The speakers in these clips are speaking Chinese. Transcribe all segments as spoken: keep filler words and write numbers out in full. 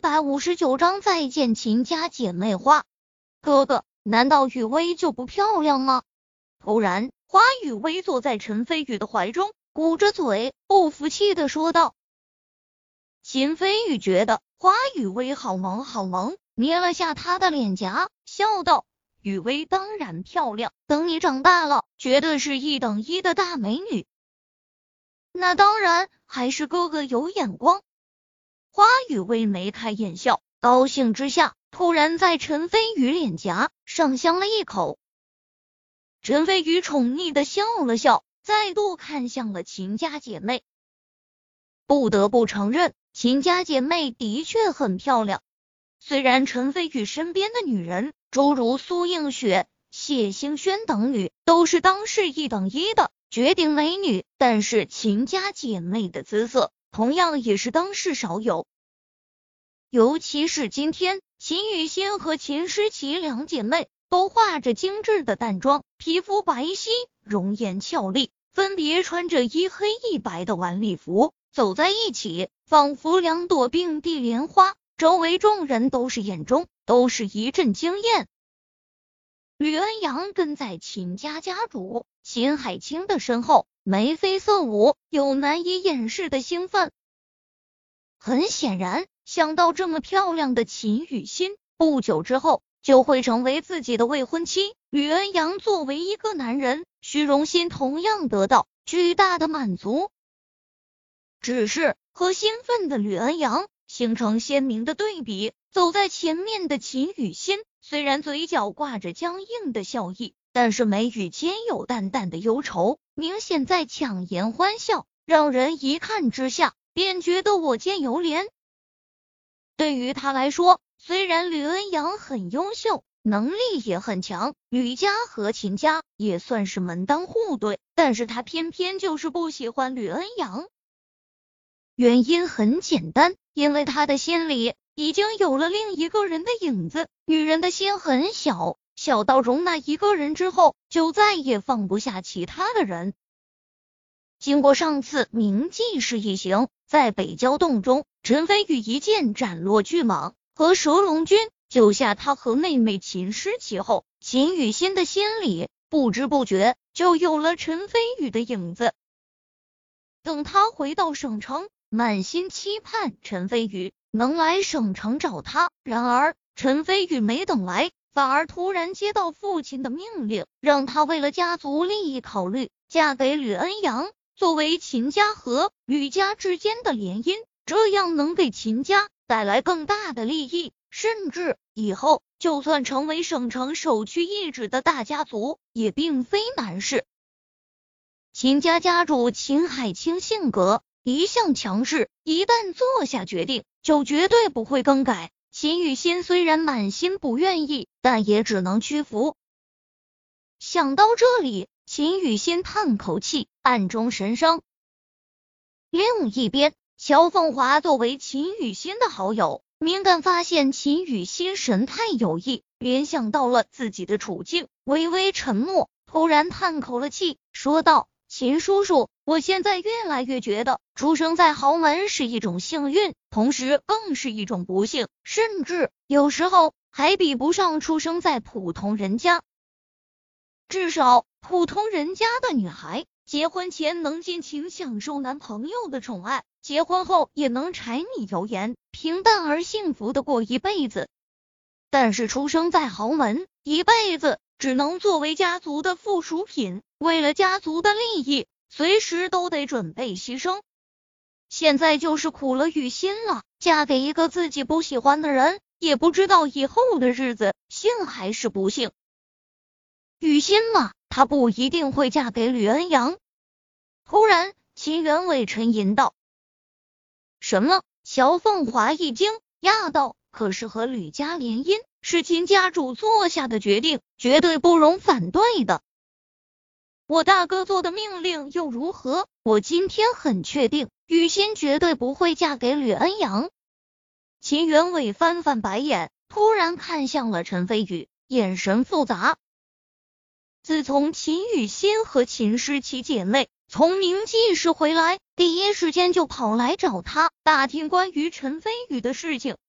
百五十九章再见秦家姐妹花。哥哥，难道雨薇就不漂亮吗？突然，花雨薇坐在陈飞宇的怀中，鼓着嘴，不服气的说道。秦飞宇觉得花雨薇好萌好萌，捏了下她的脸颊，笑道：雨薇当然漂亮，等你长大了，绝对是一等一的大美女。那当然，还是哥哥有眼光。花雨薇眉开眼笑，高兴之下，突然在陈飞宇脸颊上香了一口。陈飞宇宠溺的笑了笑，再度看向了秦家姐妹。不得不承认，秦家姐妹的确很漂亮。虽然陈飞宇身边的女人，诸如苏映雪、谢欣轩等女，都是当世一等一的绝顶美女，但是秦家姐妹的姿色同样也是当世少有。尤其是今天，秦雨欣和秦诗琪两姐妹都画着精致的淡妆，皮肤白皙，容颜俏丽，分别穿着一黑一白的晚礼服，走在一起，仿佛两朵并蒂莲花，周围众人都是眼中都是一阵惊艳。吕恩阳跟在秦家家主秦海清的身后，眉飞色舞，有难以掩饰的兴奋。很显然，想到这么漂亮的秦雨欣，不久之后就会成为自己的未婚妻，吕恩阳作为一个男人，虚荣心同样得到巨大的满足。只是和兴奋的吕恩阳形成鲜明的对比，走在前面的秦雨欣，虽然嘴角挂着僵硬的笑意，但是眉宇间有淡淡的忧愁，明显在强颜欢笑，让人一看之下便觉得我见犹怜。对于他来说，虽然吕恩阳很优秀，能力也很强，吕家和秦家也算是门当户对，但是他偏偏就是不喜欢吕恩阳。原因很简单，因为他的心里已经有了另一个人的影子。女人的心很小，小到容纳一个人之后，就再也放不下其他的人。经过上次明记氏一行，在北郊洞中，陈飞宇一剑斩落巨蟒和蛇龙君，救下他和妹妹秦诗琪后，秦雨欣的心里不知不觉就有了陈飞宇的影子。等他回到省城，满心期盼陈飞宇能来省城找他，然而陈飞宇没等来，反而突然接到父亲的命令，让他为了家族利益考虑，嫁给吕恩阳，作为秦家和吕家之间的联姻，这样能给秦家带来更大的利益，甚至以后就算成为省城首屈一指的大家族，也并非难事。秦家家主秦海清性格一向强势，一旦做下决定，就绝对不会更改。秦雨欣虽然满心不愿意，但也只能屈服。想到这里，秦雨欣叹口气，暗中神伤。另一边，乔凤华作为秦雨欣的好友，敏感发现秦雨欣神态有异，联想到了自己的处境，微微沉默，突然叹口了气，说道：秦叔叔，我现在越来越觉得出生在豪门是一种幸运，同时更是一种不幸，甚至有时候还比不上出生在普通人家。至少普通人家的女孩结婚前能尽情享受男朋友的宠爱，结婚后也能柴米油盐，平淡而幸福的过一辈子。但是出生在豪门，一辈子只能作为家族的附属品，为了家族的利益，随时都得准备牺牲。现在就是苦了雨欣了，嫁给一个自己不喜欢的人，也不知道以后的日子幸还是不幸。雨欣嘛，她不一定会嫁给吕恩阳。突然，秦元伟沉吟道。什么？乔凤华一惊，讶道：可是和吕家联姻是秦家主做下的决定，绝对不容反对的。我大哥做的命令又如何？我今天很确定，雨欣绝对不会嫁给吕恩阳。秦元伟翻翻白眼，突然看向了陈飞宇，眼神复杂。自从秦雨欣和秦诗琪姐妹从明记氏回来，第一时间就跑来找他，打听关于陈飞宇的事情。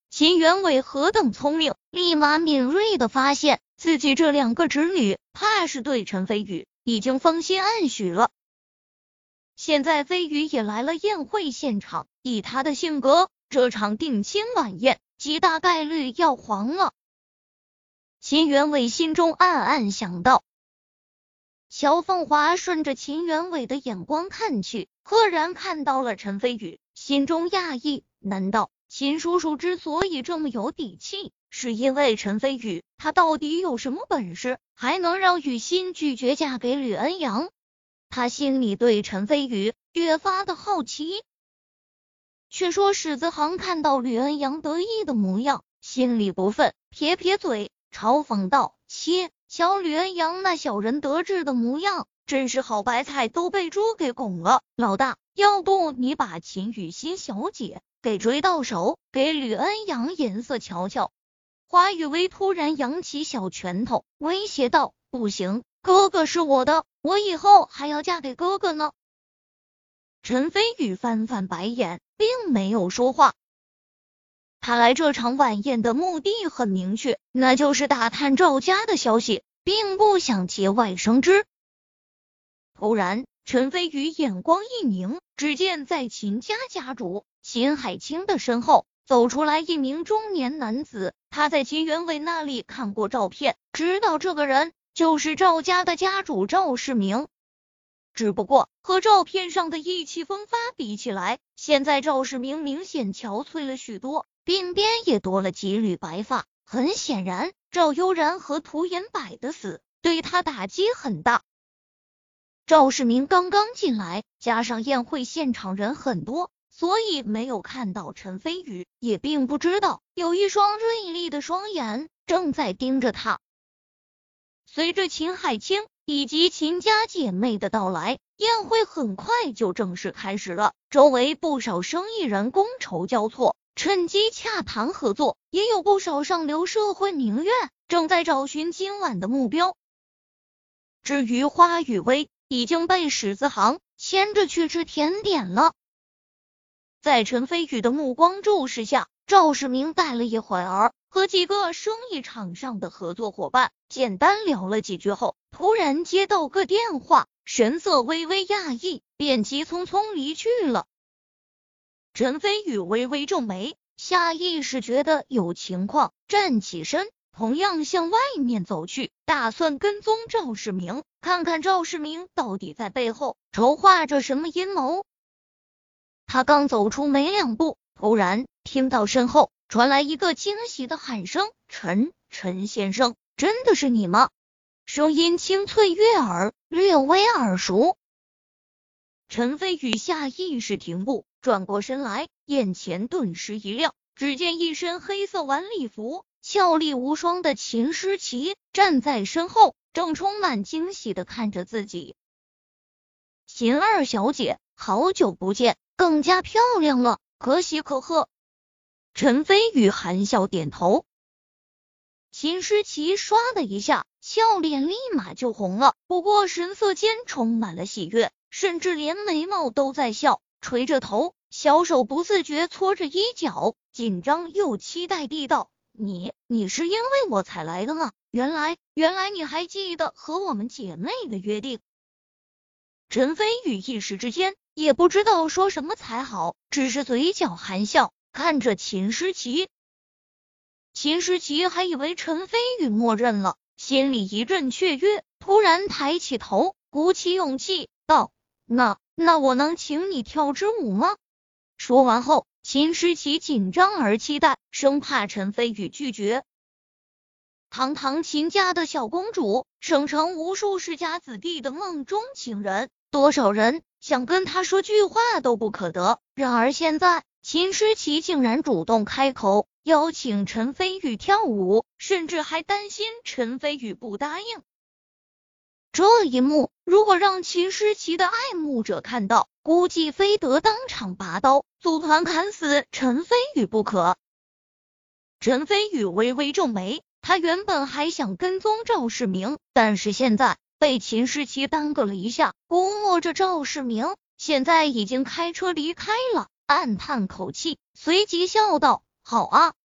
秦元伟何等聪明，立马敏锐地发现自己这两个侄女怕是对陈飞宇已经芳心暗许了。现在飞宇也来了宴会现场，以他的性格，这场定亲晚宴极大概率要黄了。秦元伟心中暗暗想到。乔凤华顺着秦元伟的眼光看去，赫然看到了陈飞宇，心中讶异，难道秦叔叔之所以这么有底气，是因为陈飞宇他到底有什么本事，还能让雨欣拒绝嫁给吕恩阳？他心里对陈飞宇越发的好奇。却说史子航看到吕恩阳得意的模样，心里不忿，撇撇嘴，嘲讽道：切，瞧吕恩阳那小人得志的模样，真是好白菜都被猪给拱了。老大，要不你把秦雨欣小姐给追到手，给吕恩阳颜色瞧瞧。华雨薇突然扬起小拳头，威胁道：不行，哥哥是我的，我以后还要嫁给哥哥呢。陈飞宇翻翻白眼，并没有说话。他来这场晚宴的目的很明确，那就是打探赵家的消息，并不想节外生枝。突然，陈飞宇眼光一凝，只见在秦家家主秦海清的身后走出来一名中年男子。他在秦元伟那里看过照片，知道这个人就是赵家的家主赵世明。只不过和照片上的意气风发比起来，现在赵世明明显憔悴了许多，鬓边也多了几缕白发。很显然，赵悠然和涂延柏的死对他打击很大。赵世明刚刚进来，加上宴会现场人很多，所以没有看到陈飞宇，也并不知道有一双锐利的双眼正在盯着他。随着秦海清以及秦家姐妹的到来，宴会很快就正式开始了。周围不少生意人觥筹交错，趁机洽谈合作，也有不少上流社会名媛正在找寻今晚的目标。至于花雨薇，已经被史子航牵着去吃甜点了。在陈飞宇的目光注视下，赵世明待了一会儿，和几个生意场上的合作伙伴简单聊了几句后，突然接到个电话，神色微微讶异，便急匆匆离去了。陈飞宇微微皱眉，下意识觉得有情况，站起身，同样向外面走去，打算跟踪赵世明，看看赵世明到底在背后筹划着什么阴谋。他刚走出没两步，突然听到身后传来一个惊喜的喊声：陈陈先生，真的是你吗？声音清脆悦耳，略微耳熟。陈飞宇下意识停步，转过身来，眼前顿时一亮，只见一身黑色晚礼服，俏丽无双的秦诗琪站在身后，正充满惊喜地看着自己。秦二小姐，好久不见，更加漂亮了，可喜可贺。陈飞宇含笑点头。秦诗琪唰的一下，笑脸立马就红了，不过神色间充满了喜悦，甚至连眉毛都在笑，垂着头，小手不自觉搓着衣角，紧张又期待地道：你你是因为我才来的吗？原来原来你还记得和我们姐妹的约定。陈飞宇一时之间也不知道说什么才好，只是嘴角含笑，看着秦诗琪。秦诗琪还以为陈飞宇默认了，心里一阵雀跃，突然抬起头，鼓起勇气道：那那我能请你跳支舞吗？说完后，秦诗琪紧张而期待，生怕陈飞宇拒绝。堂堂秦家的小公主，省城无数世家子弟的梦中情人，多少人想跟她说句话都不可得。然而现在，秦诗琪竟然主动开口邀请陈飞宇跳舞，甚至还担心陈飞宇不答应。这一幕如果让秦诗琪的爱慕者看到，估计非得当场拔刀组团砍死陈飞宇不可。陈飞宇微微皱眉，他原本还想跟踪赵世明，但是现在被秦诗琪耽搁了一下，估摸着赵世明现在已经开车离开了，暗叹口气，随即笑道：好啊，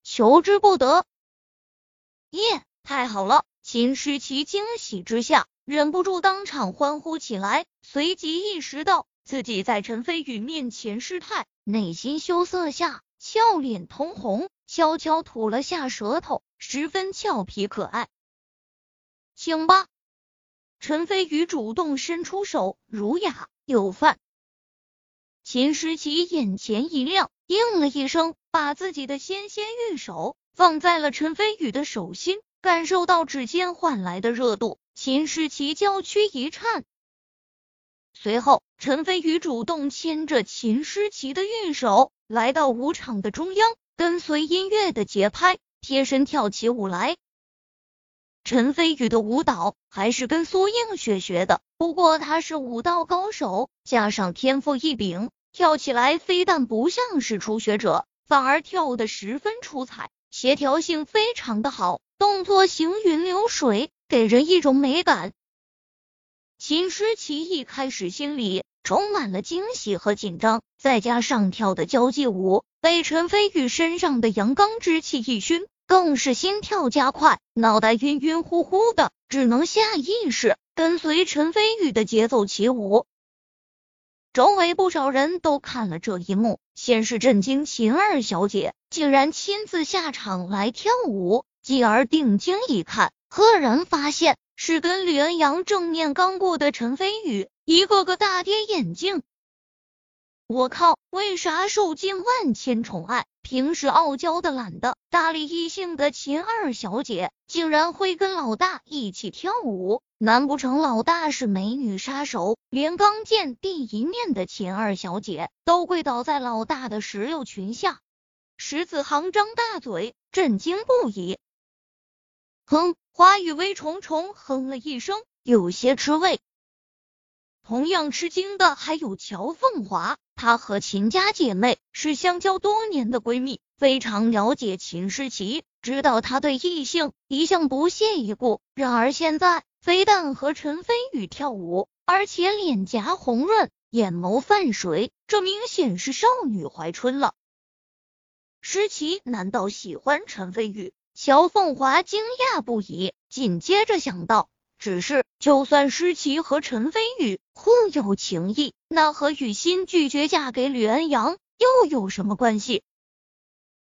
求之不得。耶，太好了！秦诗琪惊喜之下，忍不住当场欢呼起来，随即意识到自己在陈飞宇面前失态，内心羞涩下，俏脸通红，悄悄吐了下舌头，十分俏皮可爱。请吧。陈飞宇主动伸出手，儒雅有范。秦诗琪眼前一亮，应了一声，把自己的纤纤玉手放在了陈飞宇的手心，感受到指尖换来的热度，秦诗琪娇躯一颤。随后，陈飞宇主动牵着秦诗琪的玉手，来到舞场的中央，跟随音乐的节拍，贴身跳起舞来。陈飞宇的舞蹈还是跟苏映雪学的，不过他是舞蹈高手，加上天赋异禀，跳起来非但不像是初学者，反而跳得十分出彩，协调性非常的好，动作行云流水，给人一种美感。秦诗琪一开始心里充满了惊喜和紧张，再加上跳的交际舞，被陈飞宇身上的阳刚之气一熏，更是心跳加快，脑袋晕晕乎乎的，只能下意识跟随陈飞宇的节奏起舞。周围不少人都看了这一幕，先是震惊秦二小姐竟然亲自下场来跳舞，继而定睛一看，赫然发现是跟吕恩阳正面刚过的陈飞宇，一个个大跌眼镜。我靠，为啥受尽万千宠爱，平时傲娇的懒的搭理异性的秦二小姐竟然会跟老大一起跳舞？难不成老大是美女杀手，连刚见第一面的秦二小姐都跪倒在老大的石榴裙下？石子航张大嘴，震惊不已。哼，华语微虫虫哼了一声，有些吃味。同样吃惊的还有乔凤华，她和秦家姐妹是相交多年的闺蜜，非常了解秦诗琪，知道她对异性一向不屑一顾，然而现在非但和陈飞宇跳舞，而且脸颊红润，眼眸泛水，这明显是少女怀春了。诗琪难道喜欢陈飞宇？乔凤华惊讶不已，紧接着想到，只是就算诗琪和陈飞宇互有情谊，那和雨欣拒绝嫁给吕恩阳又有什么关系？